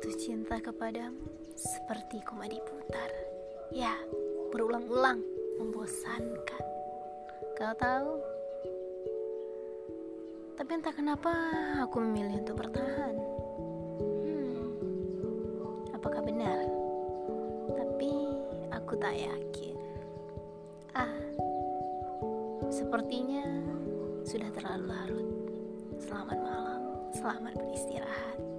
jatuh cinta kepadamu seperti komedi putar. Ya, berulang-ulang, membosankan. Kau tahu? Tapi entah kenapa aku memilih untuk bertahan. Apakah benar? Tapi aku tak yakin. Sepertinya sudah terlalu larut. Selamat malam, selamat beristirahat.